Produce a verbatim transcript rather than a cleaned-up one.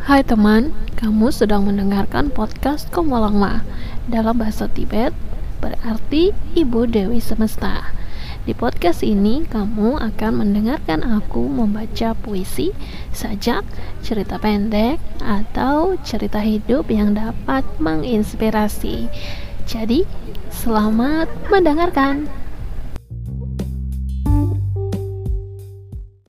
Hai teman, kamu sedang mendengarkan podcast Komolangma. Dalam bahasa Tibet, berarti Ibu Dewi Semesta. Di podcast ini, kamu akan mendengarkan aku membaca puisi, sajak, cerita pendek, atau cerita hidup yang dapat menginspirasi. Jadi, selamat mendengarkan.